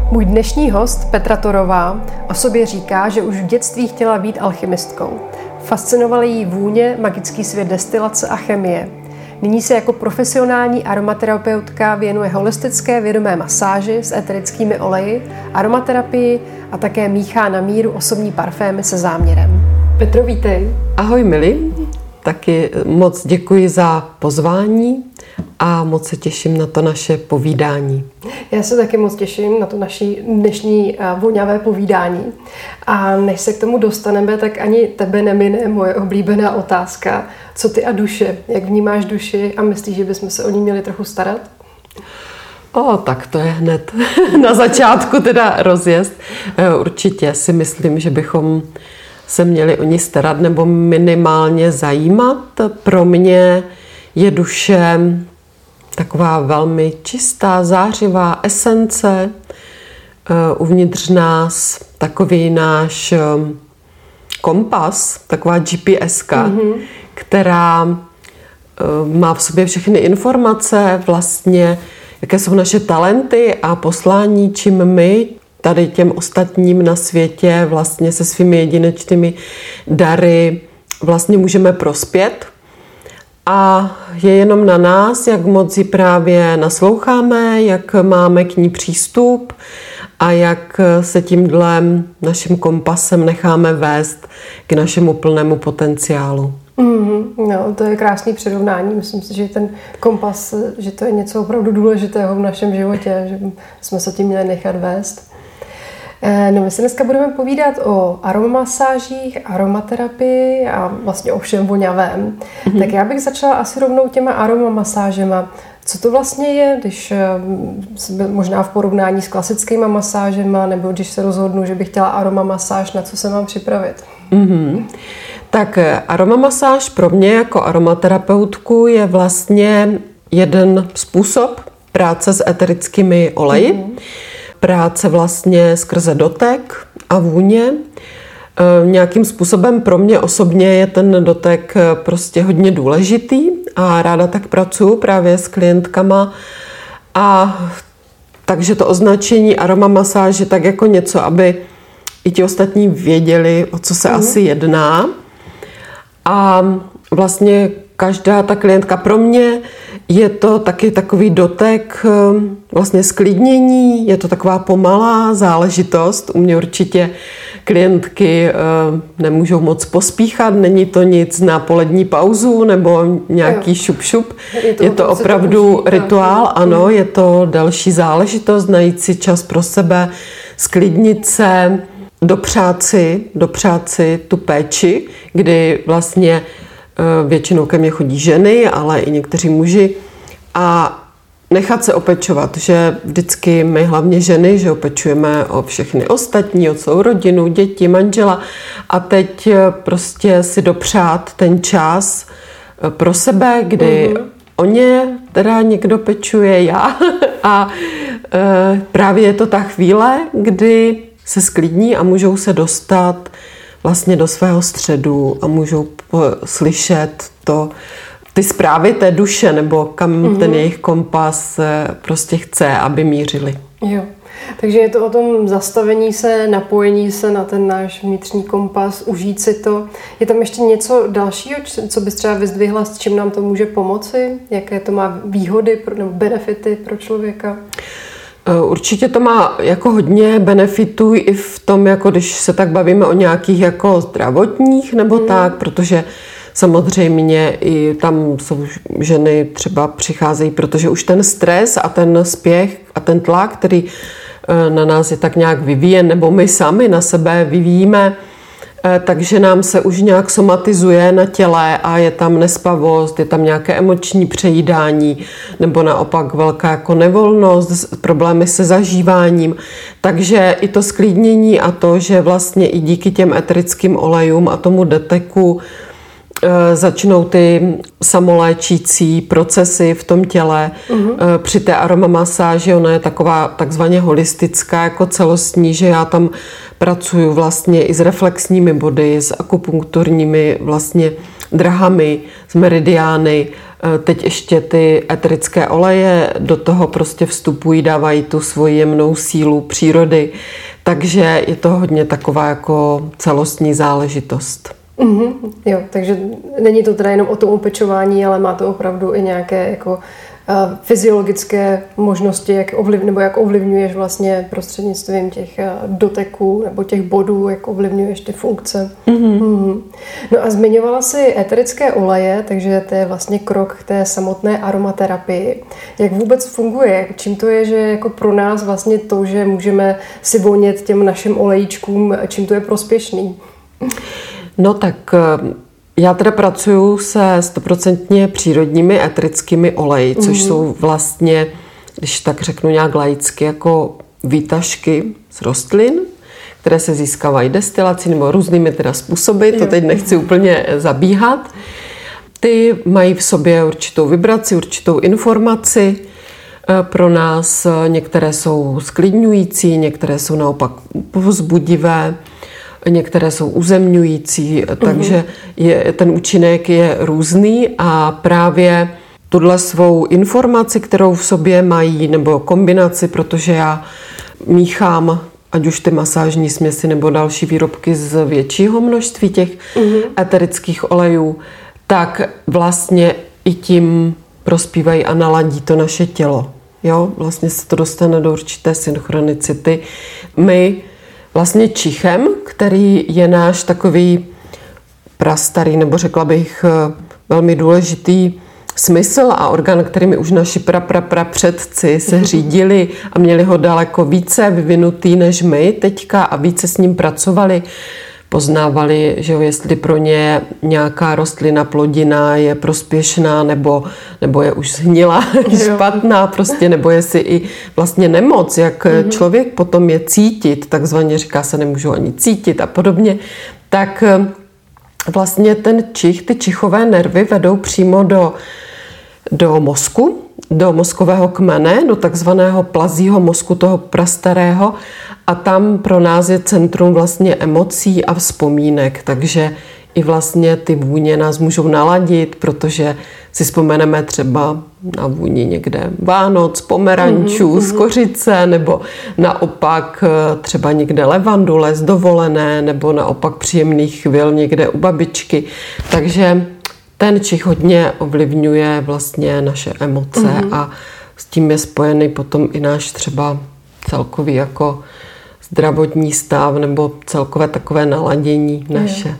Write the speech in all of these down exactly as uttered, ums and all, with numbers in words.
Můj dnešní host Petra Torová o sobě říká, že už v dětství chtěla být alchymistkou. Fascinovaly jí vůně, magický svět destilace a chemie. Nyní se jako profesionální aromaterapeutka věnuje holistické vědomé masáži s eterickými oleji, aromaterapii a také míchá na míru osobní parfémy se záměrem. Petro, vítej. Ahoj milí, taky moc děkuji za pozvání a moc se těším na to naše povídání. Já se taky moc těším na to naší dnešní voňavé povídání. A než se k tomu dostaneme, tak ani tebe nemine moje oblíbená otázka. Co ty a duše? Jak vnímáš duši a myslíš, že bychom se o ní měli trochu starat? O, tak to je hned na začátku teda rozjezd. Určitě si myslím, že bychom se měli o ní starat nebo minimálně zajímat. Pro mě je duše taková velmi čistá, zářivá esence. Uvnitř nás takový náš kompas, taková G P S ka, mm-hmm. která má v sobě všechny informace, vlastně, jaké jsou naše talenty a poslání, čím my tady těm ostatním na světě vlastně se svými jedinečnými dary vlastně můžeme prospět. A je jenom na nás, jak moc ji právě nasloucháme, jak máme k ní přístup a jak se tímhle naším kompasem necháme vést k našemu plnému potenciálu. Mm-hmm. No, to je krásný přirovnání. Myslím si, že ten kompas, že to je něco opravdu důležitého v našem životě, že jsme se tím měli nechat vést. No, my se dneska budeme povídat o aromasážích, aromaterapii a vlastně o všem voňavém. Mm-hmm. Tak já bych začala asi rovnou těma aromamasážema. Co to vlastně je, když možná v porovnání s klasickýma masážema, nebo když se rozhodnu, že bych chtěla aromamasáž, na co se mám připravit? Mm-hmm. Tak aromamasáž pro mě jako aromaterapeutku je vlastně jeden způsob práce s eterickými oleji. Mm-hmm. Práce vlastně skrze dotek a vůně. Nějakým způsobem pro mě osobně je ten dotek prostě hodně důležitý a ráda tak pracuji právě s klientkama. A takže to označení aromamasáže tak jako něco, aby i ti ostatní věděli, o co se mm. asi jedná. A vlastně každá ta klientka pro mě je to taky takový dotek vlastně sklidnění, je to taková pomalá záležitost. U mě určitě klientky nemůžou moc pospíchat, není to nic na polední pauzu nebo nějaký šup šup. Je to, je to opravdu rituál, ano, je to další záležitost, najít si čas pro sebe, sklidnit se, dopřát si, dopřát si tu péči, kdy vlastně většinou ke mně chodí ženy, ale i někteří muži a nechat se opečovat, že vždycky my hlavně ženy, že opečujeme o všechny ostatní, o celou rodinu, děti, manžela a teď prostě si dopřát ten čas pro sebe, kdy mm-hmm. o ně teda někdo pečuje, já a e, právě je to ta chvíle, kdy se sklidní a můžou se dostat vlastně do svého středu a můžou slyšet to, ty zprávy té duše, nebo kam mm-hmm. ten jejich kompas prostě chce, aby mířili. Jo. Takže je to o tom zastavení se, napojení se na ten náš vnitřní kompas, užít si to. Je tam ještě něco dalšího, co bys třeba vyzdvihla, s čím nám to může pomoci? Jaké to má výhody nebo benefity pro člověka? Určitě to má jako hodně benefitů i v tom, jako když se tak bavíme o nějakých jako zdravotních nebo mm. tak, protože samozřejmě i tam jsou ženy třeba přicházejí, protože už ten stres a ten spěch a ten tlak, který na nás je tak nějak vyvíjen, nebo my sami na sebe vyvíjíme, takže nám se už nějak somatizuje na těle a je tam nespavost, je tam nějaké emoční přejídání nebo naopak velká jako nevolnost, problémy se zažíváním. Takže i to sklidnění a to, že vlastně i díky těm eterickým olejům a tomu deteku začnou ty samoléčící procesy v tom těle. Uh-huh. Při té aromamasáži ona je taková takzvaně holistická, jako celostní, že já tam pracuju vlastně i s reflexními body, s akupunkturními vlastně drahami, z meridiány. Teď ještě ty eterické oleje do toho prostě vstupují, dávají tu svoji jemnou sílu přírody. Takže je to hodně taková jako celostní záležitost. Mm-hmm, jo, takže není to teda jenom o tom upečování, ale má to opravdu i nějaké jako uh, fyziologické možnosti, jak ovliv, nebo jak ovlivňuješ vlastně prostřednictvím těch uh, doteků nebo těch bodů, jak ovlivňuješ ty funkce. Mm-hmm. Mm-hmm. No a zmiňovala si eterické oleje, takže to je vlastně krok k té samotné aromaterapii. Jak vůbec funguje? Čím to je, že jako pro nás vlastně to, že můžeme si vonět těm našim olejíčkům, čím to je prospěšný? No tak já teda pracuju se stoprocentně přírodními eterickými oleji, což mm. jsou vlastně, když tak řeknu nějak laicky, jako výtažky z rostlin, které se získávají destilací nebo různými teda způsoby, to teď nechci úplně zabíhat. Ty mají v sobě určitou vibraci, určitou informaci pro nás. Některé jsou sklidňující, některé jsou naopak povzbudivé, některé jsou uzemňující, takže je, ten účinek je různý a právě tuhle svou informaci, kterou v sobě mají, nebo kombinaci, protože já míchám ať už ty masážní směsi nebo další výrobky z většího množství těch mm-hmm. eterických olejů, tak vlastně i tím prospívají a naladí to naše tělo. Jo? Vlastně se to dostane do určité synchronicity. My vlastně čichem, který je náš takový prastarý, nebo řekla bych velmi důležitý smysl a orgán, kterými už naši pra, pra, pra předci se řídili a měli ho daleko více vyvinutý než my teďka a více s ním pracovali, poznávali, že jo, jestli pro ně nějaká rostlina, plodina je prospěšná nebo, nebo je už zhnilá, špatná prostě, nebo jestli i vlastně nemoc, jak mm-hmm. člověk potom je cítit, takzvaně říká se nemůžu ani cítit a podobně, tak vlastně ten čich, ty čichové nervy vedou přímo do, do mozku, do mozkového kmene, do takzvaného plazího mozku, toho prastarého, a tam pro nás je centrum vlastně emocí a vzpomínek, takže i vlastně ty vůně nás můžou naladit, protože si vzpomeneme třeba na vůni někde Vánoc, pomerančů, mm-hmm. z kořice, nebo naopak třeba někde levandule z dovolené, nebo naopak příjemných chvil někde u babičky. Takže ten čich hodně ovlivňuje vlastně naše emoce mm-hmm. a s tím je spojený potom i náš třeba celkový jako zdravotní stav nebo celkové takové naladění naše.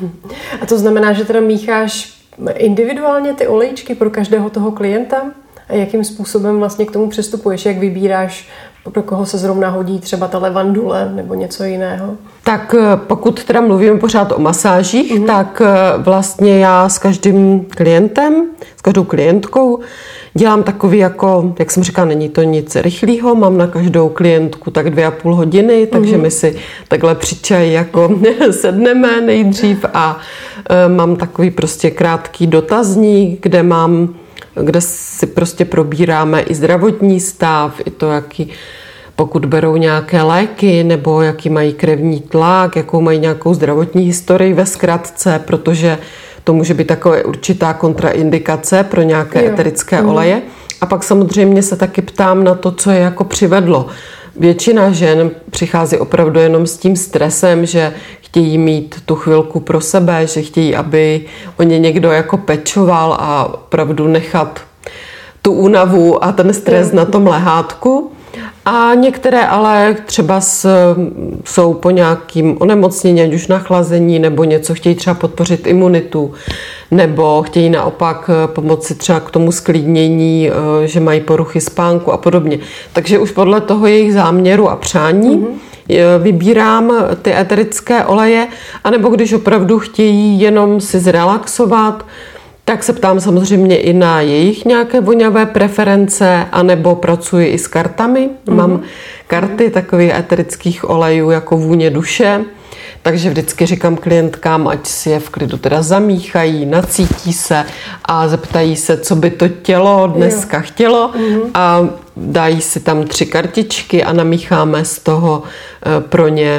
A to znamená, že teda mícháš individuálně ty olejčky pro každého toho klienta? A jakým způsobem vlastně k tomu přistupuješ? Jak vybíráš, pro koho se zrovna hodí třeba ta levandule nebo něco jiného? Tak pokud teda mluvíme pořád o masážích, mm-hmm. tak vlastně já s každým klientem, s každou klientkou dělám takový jako, jak jsem říkala, není to nic rychlého, mám na každou klientku tak dvě a půl hodiny, takže mm-hmm. my si takhle při čaji jako sedneme nejdřív a e, mám takový prostě krátký dotazník, kde mám, kde si prostě probíráme i zdravotní stav, i to, jaký, pokud berou nějaké léky, nebo jaký mají krevní tlak, jakou mají nějakou zdravotní historii ve zkratce, protože to může být taková určitá kontraindikace pro nějaké jo. eterické mm. oleje. A pak samozřejmě se taky ptám na to, co je jako přivedlo. Většina žen přichází opravdu jenom s tím stresem, že chtějí mít tu chvilku pro sebe, že chtějí, aby o ně někdo jako pečoval a opravdu nechat tu únavu a ten stres jo. na tom lehátku. A některé ale třeba s, jsou po nějakým onemocnění, ať už nachlazení, nebo něco chtějí třeba podpořit imunitu, nebo chtějí naopak pomoci třeba k tomu sklidnění, že mají poruchy spánku a podobně. Takže už podle toho jejich záměru a přání mm-hmm. vybírám ty eterické oleje, anebo když opravdu chtějí jenom si zrelaxovat, tak se ptám samozřejmě i na jejich nějaké voňavé preference, anebo pracuji i s kartami. Mm-hmm. Mám karty takových eterických olejů jako vůně duše, takže vždycky říkám klientkám, ať si je v klidu teda zamíchají, nacítí se a zeptají se, co by to tělo dneska jo. chtělo mm-hmm. a dají si tam tři kartičky a namícháme z toho pro ně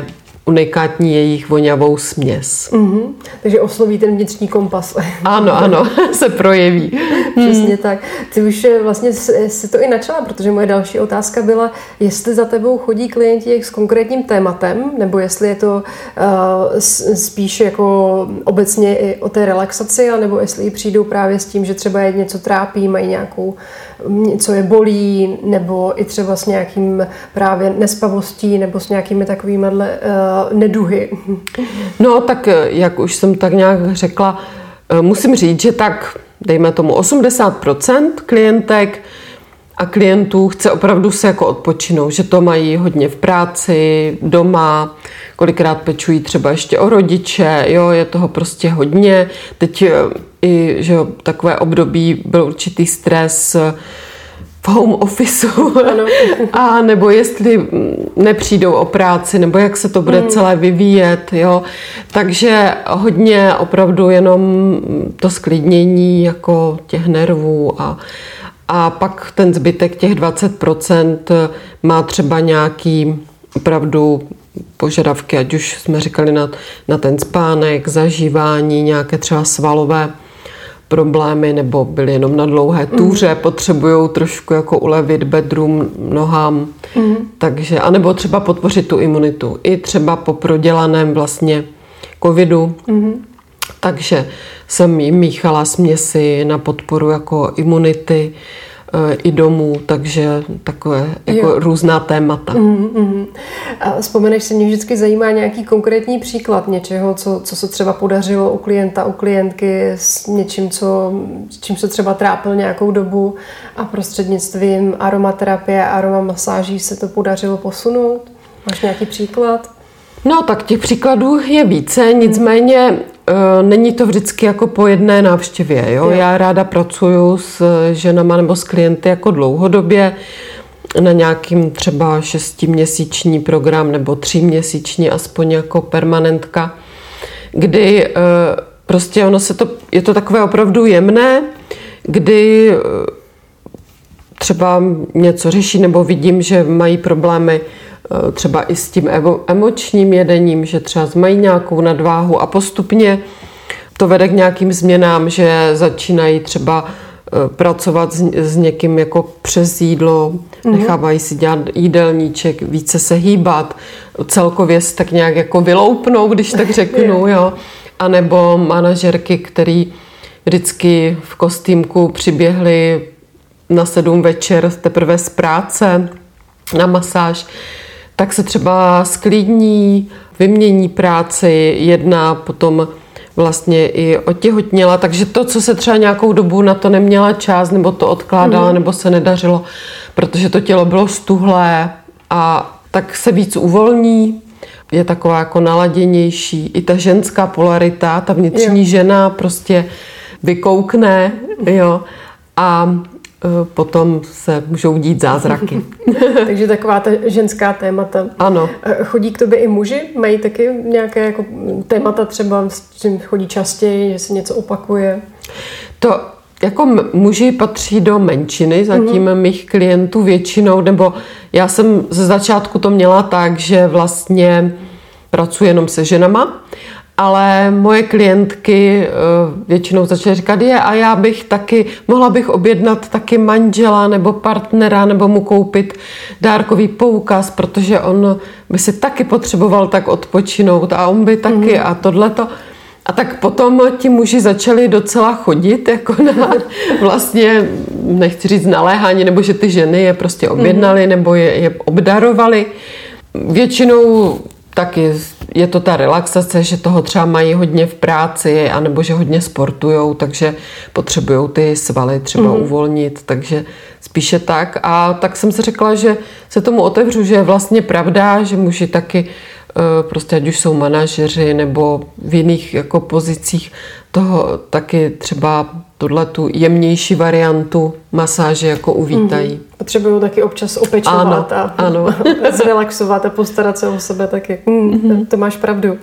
unikátní jejich voňavou směs. Mm-hmm. Takže osloví ten vnitřní kompas. Ano, ano, se projeví. Přesně hmm. tak. Ty už vlastně si to i načala, protože moje další otázka byla, jestli za tebou chodí klienti s konkrétním tématem, nebo jestli je to uh, spíš jako obecně i o té relaxaci, nebo jestli i přijdou právě s tím, že třeba je něco trápí, mají nějakou, něco je bolí, nebo i třeba s nějakým právě nespavostí, nebo s nějakými takovými uh, neduhy. No tak, jak už jsem tak nějak řekla, musím říct, že tak, dejme tomu osmdesát procent klientek a klientů chce opravdu se jako odpočinout, že to mají hodně v práci, doma, kolikrát pečují třeba ještě o rodiče, jo, je toho prostě hodně. Teď i, že jo, takové období byl určitý stres v home officeu, a nebo jestli nepřijdou o práci, nebo jak se to bude hmm. celé vyvíjet, jo. Takže hodně opravdu jenom to sklidnění jako těch nervů a, a pak ten zbytek, těch dvacet procent má třeba nějaký opravdu požadavky, ať už jsme říkali na, na ten spánek, zažívání, nějaké třeba svalové problémy, nebo byly jenom na dlouhé túře, mm. potřebují trošku jako ulevit bedrům, nohám, mm. takže, anebo třeba podpořit tu imunitu. I třeba po prodělaném vlastně covidu, mm. takže jsem jim míchala směsi na podporu jako imunity i domů, takže takové jako jo. různá témata. Mm, mm. A vzpomeneš si, mě vždycky zajímá nějaký konkrétní příklad něčeho, co, co se třeba podařilo u klienta, u klientky s něčím, co, s čím se třeba trápil nějakou dobu a prostřednictvím aromaterapie a aromamasáží se to podařilo posunout? Máš nějaký příklad? No tak těch příkladů je více, nicméně není to vždycky jako po jedné návštěvě. Jo? Já ráda pracuju s ženama nebo s klienty jako dlouhodobě na nějakým třeba šestiměsíční program nebo tříměsíční aspoň jako permanentka, kdy prostě ono se to, je to takové opravdu jemné, kdy třeba něco řeší nebo vidím, že mají problémy třeba i s tím emočním jedením, že třeba mají nějakou nadváhu a postupně to vede k nějakým změnám, že začínají třeba pracovat s, s někým jako přes jídlo, mm-hmm. nechávají si dělat jídelníček, více se hýbat, celkově se tak nějak jako vyloupnou, když tak řeknu, jo. A nebo manažerky, který vždycky v kostýmku přiběhly na sedm večer teprve z práce na masáž, tak se třeba sklidní, vymění práci, jedna potom vlastně i otěhotněla, takže to, co se třeba nějakou dobu na to neměla čas, nebo to odkládala, mm. nebo se nedařilo, protože to tělo bylo stuhlé a tak se víc uvolní, je taková jako naladěnější. I ta ženská polarita, ta vnitřní jo. žena prostě vykoukne, jo, a potom se můžou dít zázraky. Takže taková ta ženská témata. Ano. Chodí k tobě i muži? Mají taky nějaké jako témata třeba, s čím chodí častěji, že se něco opakuje? To jako muži patří do menšiny zatím mm-hmm. mých klientů většinou, nebo já jsem ze začátku to měla tak, že vlastně pracuji jenom se ženama, ale moje klientky většinou začaly říkat, je, a já bych taky, mohla bych objednat taky manžela nebo partnera, nebo mu koupit dárkový poukaz, protože on by si taky potřeboval tak odpočinout a on by taky mm. a tohleto. A tak potom ti muži začali docela chodit, jako na vlastně, nechci říct naléhání, nebo že ty ženy je prostě objednali, mm. nebo je, je obdarovali. Většinou taky je to ta relaxace, že toho třeba mají hodně v práci, anebo že hodně sportujou, takže potřebují ty svaly třeba mm. uvolnit, takže spíše tak. A tak jsem si řekla, že se tomu otevřu, že je vlastně pravda, že muži taky prostě ať už jsou manažeři nebo v jiných jako pozicích toho taky třeba tuhletu jemnější variantu masáže jako uvítají. Mm-hmm. Potřebují taky občas opečovat ano, a, ano. a zrelaxovat a postarat se o sebe taky. Mm, mm-hmm. To máš pravdu.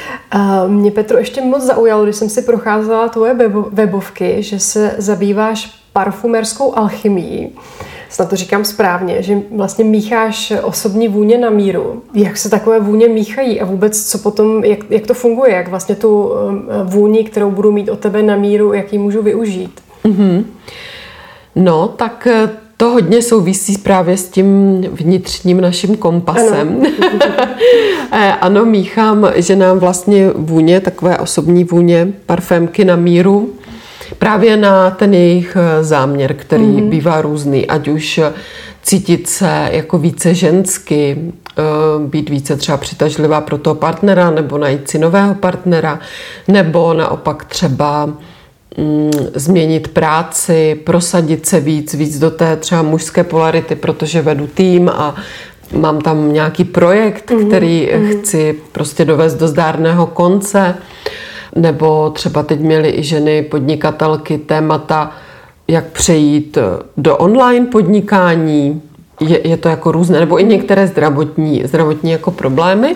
A mě, Petro, ještě moc zaujalo, když jsem si procházela tvoje webovky, že se zabýváš parfumerskou alchymií. snad to říkám správně, že vlastně mícháš osobní vůně na míru. Jak se takové vůně míchají a vůbec co potom, jak, jak to funguje, jak vlastně tu vůni, kterou budu mít od tebe na míru, jak ji můžu využít? Mm-hmm. No, tak to hodně souvisí právě s tím vnitřním naším kompasem. Ano, ano, míchám, že nám vlastně vůně, takové osobní vůně, parfémky na míru, právě na ten jejich záměr, který mm-hmm. bývá různý, ať už cítit se jako více žensky, být více třeba přitažlivá pro toho partnera, nebo najít si nového partnera, nebo naopak třeba mm, změnit práci, prosadit se víc, víc do té třeba mužské polarity, protože vedu tým a mám tam nějaký projekt, mm-hmm. který mm-hmm. chci prostě dovést do zdárného konce. Nebo třeba teď měly i ženy podnikatelky témata, jak přejít do online podnikání. Je, je to jako různé, nebo i některé zdravotní, zdravotní jako problémy.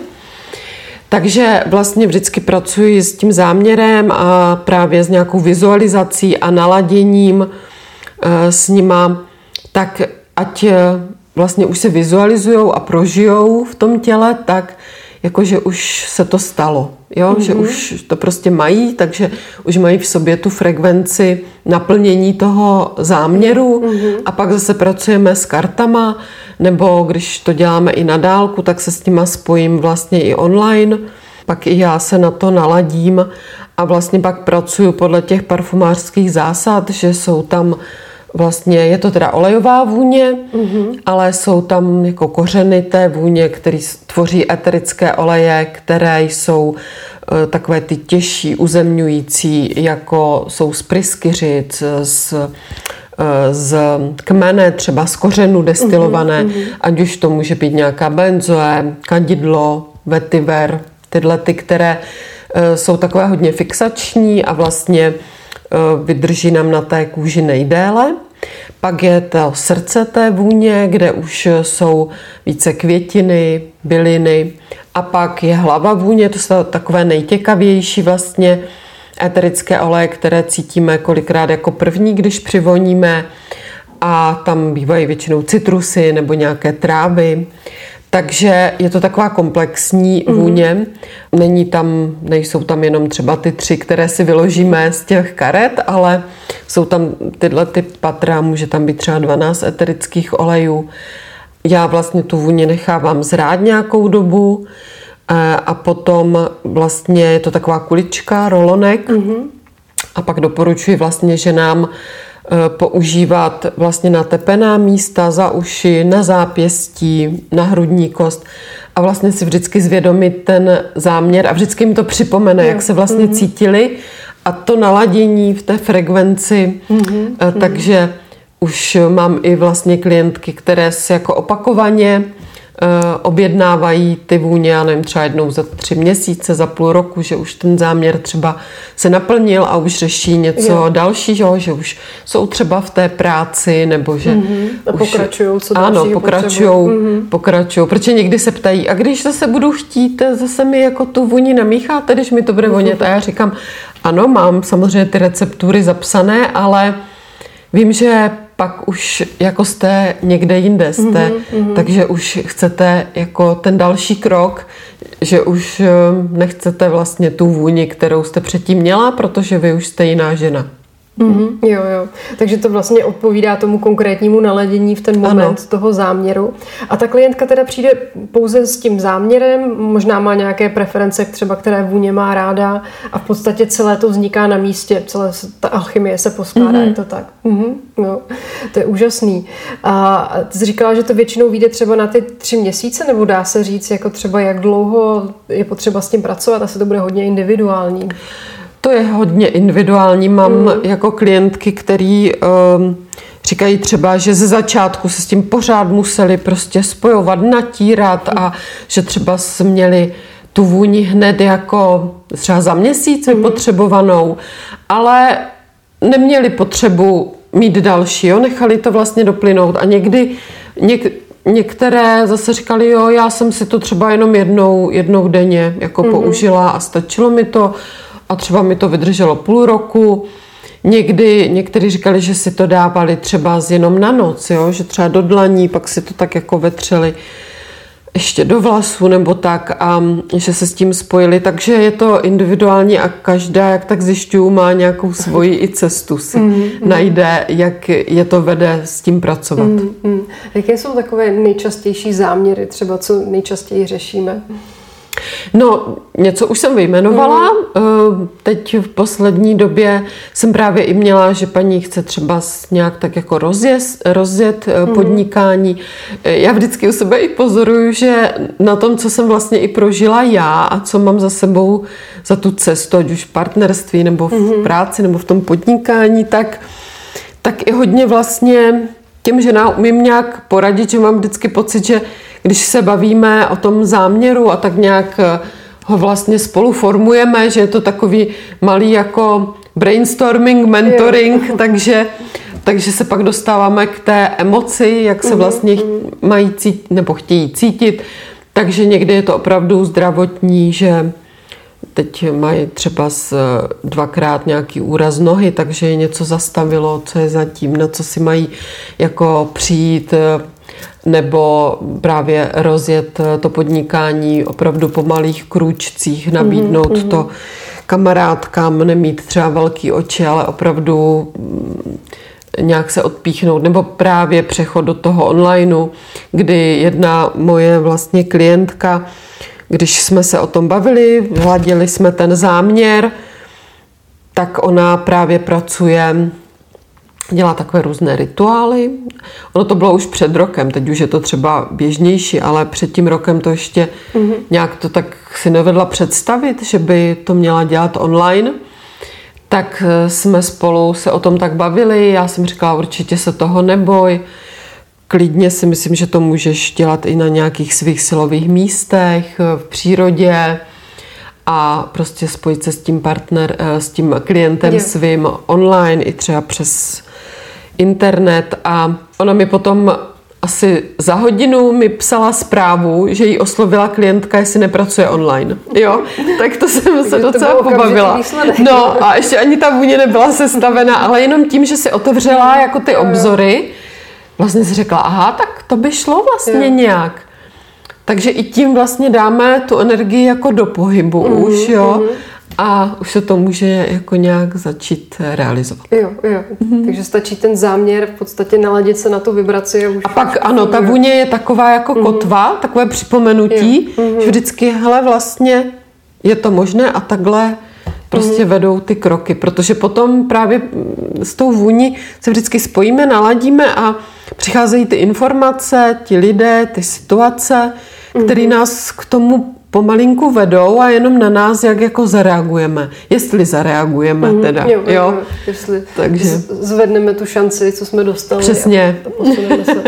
Takže vlastně vždycky pracuji s tím záměrem a právě s nějakou vizualizací a naladěním e, s nima, tak ať vlastně už se vizujalizujou a prožijou v tom těle, tak jakože už se to stalo, jo? Mm-hmm. Že už to prostě mají, takže už mají v sobě tu frekvenci naplnění toho záměru mm-hmm. a pak zase pracujeme s kartama, nebo když to děláme i na dálku, tak se s nima spojím vlastně i online, pak i já se na to naladím a vlastně pak pracuju podle těch parfumářských zásad, že jsou tam vlastně, je to teda olejová vůně, mm-hmm. ale jsou tam jako kořeny té vůně, které tvoří eterické oleje, které jsou e, takové ty těžší, uzemňující, jako jsou z pryskyřic, z, e, z kmene, třeba z kořenů destilované, mm-hmm. ať už to může být nějaká benzoe, kadidlo, vetiver, tyhle ty, které e, jsou takové hodně fixační a vlastně vydrží nám na té kůži nejdéle. Pak je to srdce té vůně, kde už jsou více květiny, byliny. A pak je hlava vůně, to jsou takové nejtěkavější vlastně eterické oleje, které cítíme kolikrát jako první, když přivoníme. A tam bývají většinou citrusy nebo nějaké trávy. Takže je to taková komplexní vůně. Není tam, nejsou tam jenom třeba ty tři, které si vyložíme z těch karet, ale jsou tam tyhle ty patra, může tam být třeba dvanáct eterických olejů. Já vlastně tu vůni nechávám zrát nějakou dobu a potom vlastně je to taková kulička, rolonek. Mm-hmm. A pak doporučuji vlastně, že nám používat vlastně na tepená místa, za uši, na zápěstí, na hrudní kost a vlastně si vždycky zvědomit ten záměr a vždycky jim to připomene, jak se vlastně mm-hmm. cítili a to naladění v té frekvenci, mm-hmm. takže už mám i vlastně klientky, které si jako opakovaně objednávají ty vůně, já nevím, třeba jednou za tři měsíce, za půl roku, že už ten záměr třeba se naplnil a už řeší něco jo. dalšího, že už jsou třeba v té práci, nebo že mm-hmm. a už pokračujou, co ano, pokračujou, mm-hmm. pokračujou, protože někdy se ptají, a když zase budu chtít, zase mi jako tu vůni namícháte, když mi to bude vonět, a já říkám, ano, mám samozřejmě ty receptury zapsané, ale vím, že pak už jako jste někde jinde jste, mm-hmm. takže už chcete jako ten další krok, že už nechcete vlastně tu vůni, kterou jste předtím měla, protože vy už jste jiná žena. Mm-hmm. Jo, jo. Takže to vlastně odpovídá tomu konkrétnímu naladění v ten moment ano. toho záměru. A ta klientka teda přijde pouze s tím záměrem, možná má nějaké preference, třeba které vůně má ráda a v podstatě celé to vzniká na místě, celé ta alchymie se poskládá, mm-hmm. je to tak. Mm-hmm. No, to je úžasný. A ty jsi říkala, že to většinou vyjde třeba na ty tři měsíce, nebo dá se říct, jako třeba jak dlouho je potřeba s tím pracovat, asi to bude hodně individuální. To je hodně individuální. Mám mm. jako klientky, který um, říkají třeba, že ze začátku se s tím pořád museli prostě spojovat, natírat mm. a že třeba měli tu vůni hned jako třeba za měsíc mm. vypotřebovanou, ale neměli potřebu mít další, jo? Nechali to vlastně doplynout a někdy něk, některé zase říkali, jo, já jsem si to třeba jenom jednou, jednou denně jako mm. použila a stačilo mi to. A třeba mi to vydrželo půl roku. Někdy, někteří říkali, že si to dávali třeba jenom na noc, jo? Že třeba do dlaní, pak si to tak jako vetřeli ještě do vlasů nebo tak a že se s tím spojili, takže je to individuální a každá, jak tak zjišťuju, má nějakou svoji i cestu si mm, najde, jak je to vede s tím pracovat. Mm, mm. Jaké jsou takové nejčastější záměry, třeba co nejčastěji řešíme? No, něco už jsem vyjmenovala. Mm. Teď v poslední době jsem právě i měla, že paní chce třeba nějak tak jako rozjet, rozjet mm. podnikání. Já vždycky u sebe i pozoruju, že na tom, co jsem vlastně i prožila já a co mám za sebou za tu cestu, ať už v partnerství nebo v mm. práci nebo v tom podnikání, tak, tak i hodně vlastně těm ženám umím nějak poradit, že mám vždycky pocit, že když se bavíme o tom záměru a tak nějak ho vlastně spolu formujeme, že je to takový malý jako brainstorming, mentoring, takže, takže se pak dostáváme k té emoci, jak se vlastně mají cítit, nebo chtějí cítit. Takže někdy je to opravdu zdravotní, že teď mají třeba dvakrát nějaký úraz nohy, takže je něco zastavilo, co je zatím, na co si mají jako přijít, nebo právě rozjet to podnikání opravdu po malých krůčcích, nabídnout mm-hmm. to kamarádkám, nemít třeba velký oči, ale opravdu nějak se odpíchnout, nebo právě přechod do toho onlineu, kdy jedna moje vlastně klientka, když jsme se o tom bavili, hladili jsme ten záměr, tak ona právě pracuje, dělá takové různé rituály. Ono to bylo už před rokem, teď už je to třeba běžnější, ale před tím rokem to ještě mm-hmm. nějak to tak si nevedla představit, že by to měla dělat online. Tak jsme spolu se o tom tak bavili, já jsem říkala, určitě se toho neboj, klidně si myslím, že to můžeš dělat i na nějakých svých silových místech, v přírodě a prostě spojit se s tím partner, s tím klientem jo. svým online i třeba přes internet. A ona mi potom asi za hodinu mi psala zprávu, že jí oslovila klientka, jestli nepracuje online. Jo, tak to jsem se docela pobavila. No a ještě ani ta vůně nebyla sestavená, ale jenom tím, že si otevřela jako ty obzory, vlastně si řekla, aha, tak to by šlo vlastně jo. nějak. Takže i tím vlastně dáme tu energii jako do pohybu mm, už, jo. Mm. A už se to může jako nějak začít realizovat. Jo, jo. Mm. Takže stačí ten záměr v podstatě naladit se na tu vibraci. A, už a pak ano, ta vůně je taková jako mm. kotva, takové připomenutí, mm. že vždycky, hele, vlastně je to možné a takhle prostě mm. vedou ty kroky, protože potom právě s tou vůní se vždycky spojíme, naladíme a přicházejí ty informace, ti lidé, ty situace, které nás k tomu pomalinku vedou a jenom na nás, jak jako zareagujeme. Jestli zareagujeme mm, teda. Jo, jo. jo. Jestli Takže. zvedneme tu šanci, co jsme dostali. Přesně. A posuneme se.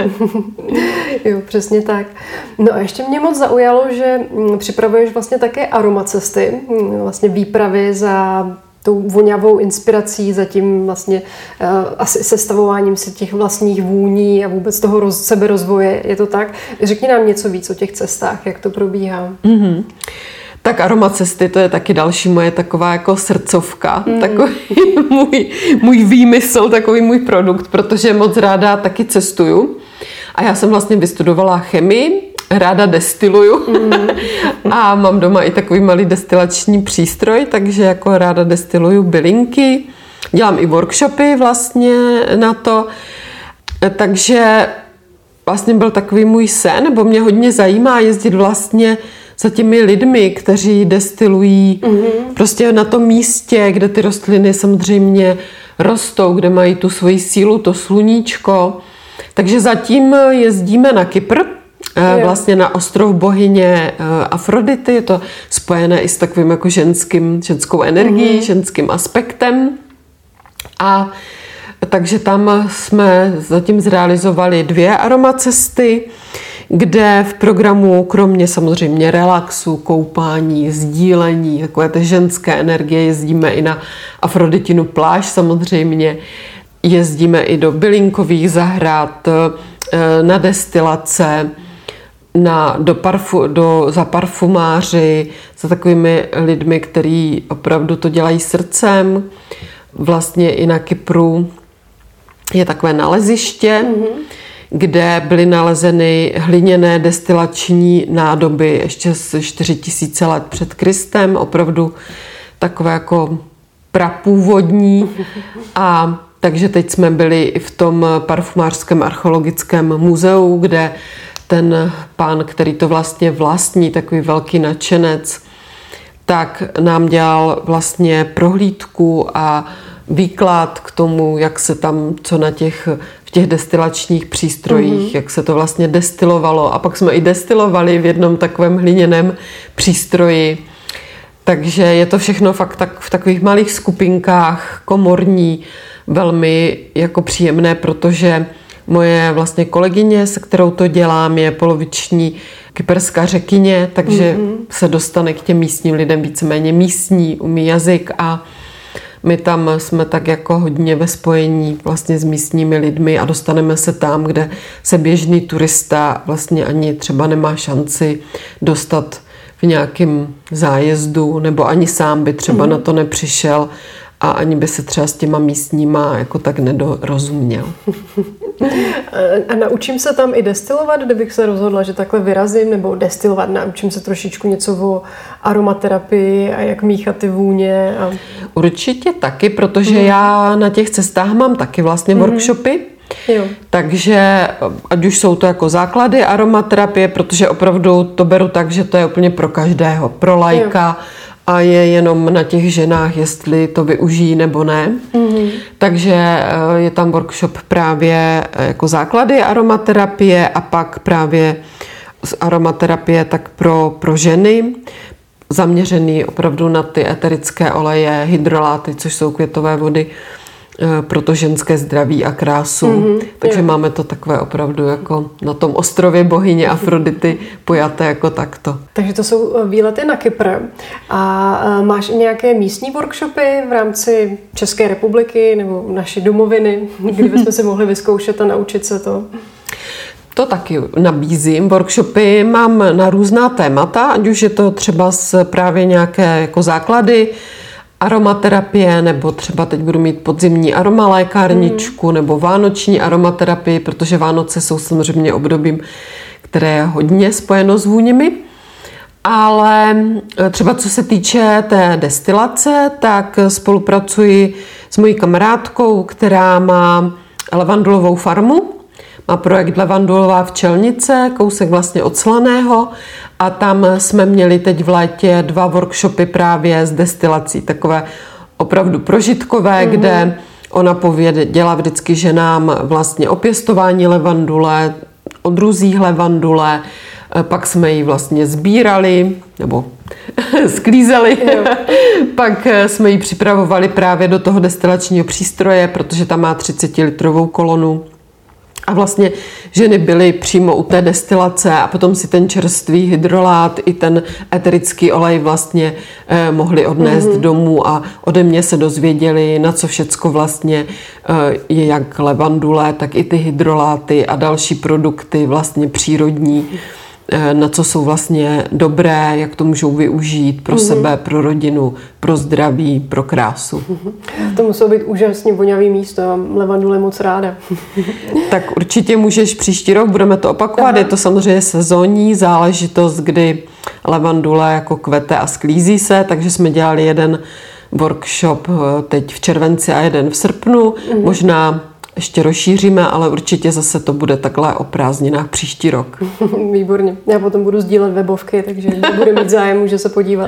Jo, přesně tak. No a ještě mě moc zaujalo, že připravuješ vlastně také aromacesty, vlastně výpravy za tou voňavou inspirací, za tím vlastně uh, asi sestavováním si těch vlastních vůní a vůbec toho roz, seberozvoje. Je to tak? Řekni nám něco víc o těch cestách, jak to probíhá. Mm-hmm. Tak aromacesty, to je taky další moje taková jako srdcovka, mm. takový můj, můj výmysl, takový můj produkt, protože moc ráda taky cestuju. A já jsem vlastně vystudovala chemii, ráda destiluju mm. a mám doma i takový malý destilační přístroj, takže jako ráda destiluju bylinky. Dělám i workshopy vlastně na to, takže vlastně byl takový můj sen, nebo mě hodně zajímá jezdit vlastně za těmi lidmi, kteří destilují mm-hmm. prostě na tom místě, kde ty rostliny samozřejmě rostou, kde mají tu svoji sílu, to sluníčko. Takže zatím jezdíme na Kypr, vlastně na ostrov bohyně Afrodity, je to spojené i s takovým jako ženským, ženskou energií, mm-hmm. ženským aspektem. A takže tam jsme zatím zrealizovali dvě aromacesty, kde v programu kromě samozřejmě relaxu, koupání, sdílení, takové té ženské energie, jezdíme i na Afroditinu pláž samozřejmě, jezdíme i do bylinkových zahrad, na destilace, na, do parfu, do, za parfumáři, za takovými lidmi, kteří opravdu to dělají srdcem. Vlastně i na Kypru je takové naleziště, mm-hmm. kde byly nalezeny hliněné destilační nádoby ještě z čtyři tisíce let před Kristem, opravdu takové jako prapůvodní. A takže teď jsme byli i v tom parfumářském archeologickém muzeu, kde ten pán, který to vlastně vlastní, takový velký nadšenec, tak nám dělal vlastně prohlídku a výklad k tomu, jak se tam, co na těch, v těch destilačních přístrojích, mm-hmm. jak se to vlastně destilovalo. A pak jsme i destilovali v jednom takovém hliněném přístroji. Takže je to všechno fakt tak, v takových malých skupinkách, komorní, velmi jako příjemné, protože moje vlastně kolegyně, se kterou to dělám, je poloviční kyperská Řekyně, takže mm-hmm. se dostane k těm místním lidem víceméně místní, umí jazyk a my tam jsme tak jako hodně ve spojení vlastně s místními lidmi a dostaneme se tam, kde se běžný turista vlastně ani třeba nemá šanci dostat v nějakém zájezdu, nebo ani sám by třeba mm. na to nepřišel a ani by se třeba s těma místníma jako tak nedorozuměl. A naučím se tam i destilovat, kdybych se rozhodla, že takhle vyrazím, nebo destilovat, naučím se trošičku něco o aromaterapii a jak míchat ty vůně. A... Určitě taky, protože mm. já na těch cestách mám taky vlastně mm. workshopy. Jo. Takže ať už jsou to jako základy aromaterapie, protože opravdu to beru tak, že to je úplně pro každého, pro laika jo. a je jenom na těch ženách, jestli to využijí nebo ne. Mm-hmm. Takže je tam workshop právě jako základy aromaterapie a pak právě z aromaterapie tak pro, pro ženy, zaměřený opravdu na ty eterické oleje, hydroláty, což jsou květové vody, pro to ženské zdraví a krásu. Mm-hmm, Takže je. Máme to takové opravdu jako na tom ostrově bohyně Afrodity pojaté jako takto. Takže to jsou výlety na Kypr. A máš nějaké místní workshopy v rámci České republiky nebo naší domoviny, kde bychom si mohli vyzkoušet a naučit se to? To taky nabízím. Workshopy mám na různá témata, ať už je to třeba z právě nějaké jako základy aromaterapie, nebo třeba teď budu mít podzimní aromalékárničku, mm. nebo vánoční aromaterapii, protože Vánoce jsou samozřejmě obdobím, které je hodně spojeno s vůněmi. Ale třeba co se týče té destilace, tak spolupracuji s mojí kamarádkou, která má levandulovou farmu. Má projekt Levandulová včelnice, kousek vlastně od Slaného a tam jsme měli teď v létě dva workshopy právě s destilací, takové opravdu prožitkové, mm-hmm. kde ona pověděla vždycky ženám vlastně o pěstování levandule, o druzích levandule, pak jsme ji vlastně sbírali, nebo sklízeli, pak jsme ji připravovali právě do toho destilačního přístroje, protože tam má třicetilitrovou kolonu. A vlastně ženy byly přímo u té destilace a potom si ten čerstvý hydrolát i ten eterický olej vlastně eh, mohli odnést mm-hmm. domů a ode mě se dozvěděli, na co všecko vlastně eh, je jak levandule, tak i ty hydroláty a další produkty vlastně přírodní, eh, na co jsou vlastně dobré, jak to můžou využít pro mm-hmm. sebe, pro rodinu, pro zdraví, pro krásu. To muselo být úžasně vonavý místo, já mám levandule moc ráda. Tak určitě můžeš příští rok, budeme to opakovat. Aha. Je to samozřejmě sezónní záležitost, kdy levandule jako kvete a sklízí se, takže jsme dělali jeden workshop teď v červenci a jeden v srpnu. Mhm. Možná ještě rozšíříme, ale určitě zase to bude takhle o prázdninách příští rok. Výborně. Já potom budu sdílet webovky, takže bude mít zájem, může se podívat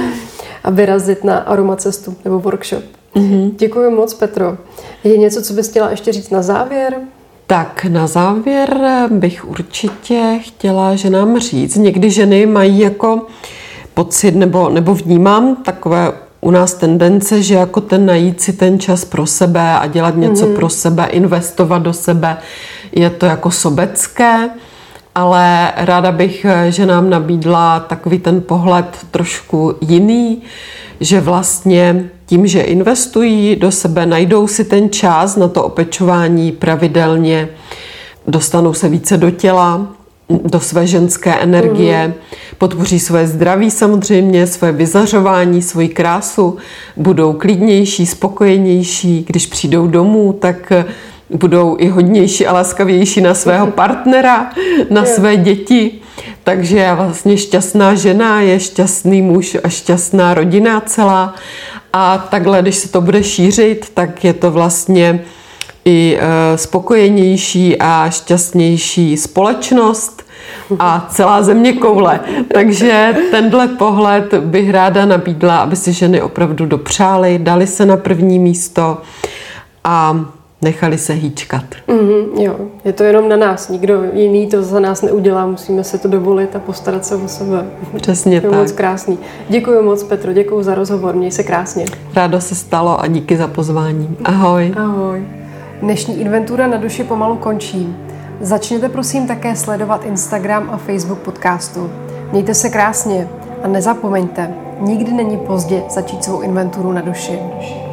a vyrazit na aromacestu nebo workshop. Mm-hmm. Děkuji moc, Petro. Je něco, co bys chtěla ještě říct na závěr? Tak na závěr bych určitě chtěla ženám říct. Někdy ženy mají jako pocit, nebo, nebo vnímám takové u nás tendence, že jako ten najít si ten čas pro sebe a dělat něco mm-hmm. pro sebe, investovat do sebe, je to jako sobecké. Ale ráda bych ženám nabídla takový ten pohled trošku jiný, že vlastně tím, že investují do sebe, najdou si ten čas na to opečování pravidelně, dostanou se více do těla, do své ženské energie, mm. podpoří svoje zdraví samozřejmě, svoje vyzařování, svoji krásu, budou klidnější, spokojenější, když přijdou domů, tak budou i hodnější a laskavější na svého partnera, na své děti. Takže vlastně šťastná žena je šťastný muž a šťastná rodina celá. A takhle, když se to bude šířit, tak je to vlastně i spokojenější a šťastnější společnost a celá země koule. Takže tenhle pohled bych ráda nabídla, aby si ženy opravdu dopřály, dali se na první místo a nechali se hýčkat. Mm, jo, je to jenom na nás. Nikdo jiný to za nás neudělá. Musíme se to dovolit a postarat se o sebe. Přesně tak. Je moc krásný. Děkuji moc, Petro. Děkuji za rozhovor. Měj se krásně. Rádo se stalo a díky za pozvání. Ahoj. Ahoj. Dnešní inventura na duši pomalu končí. Začněte prosím také sledovat Instagram a Facebook podcastu. Mějte se krásně a nezapomeňte, nikdy není pozdě začít svou inventuru na duši.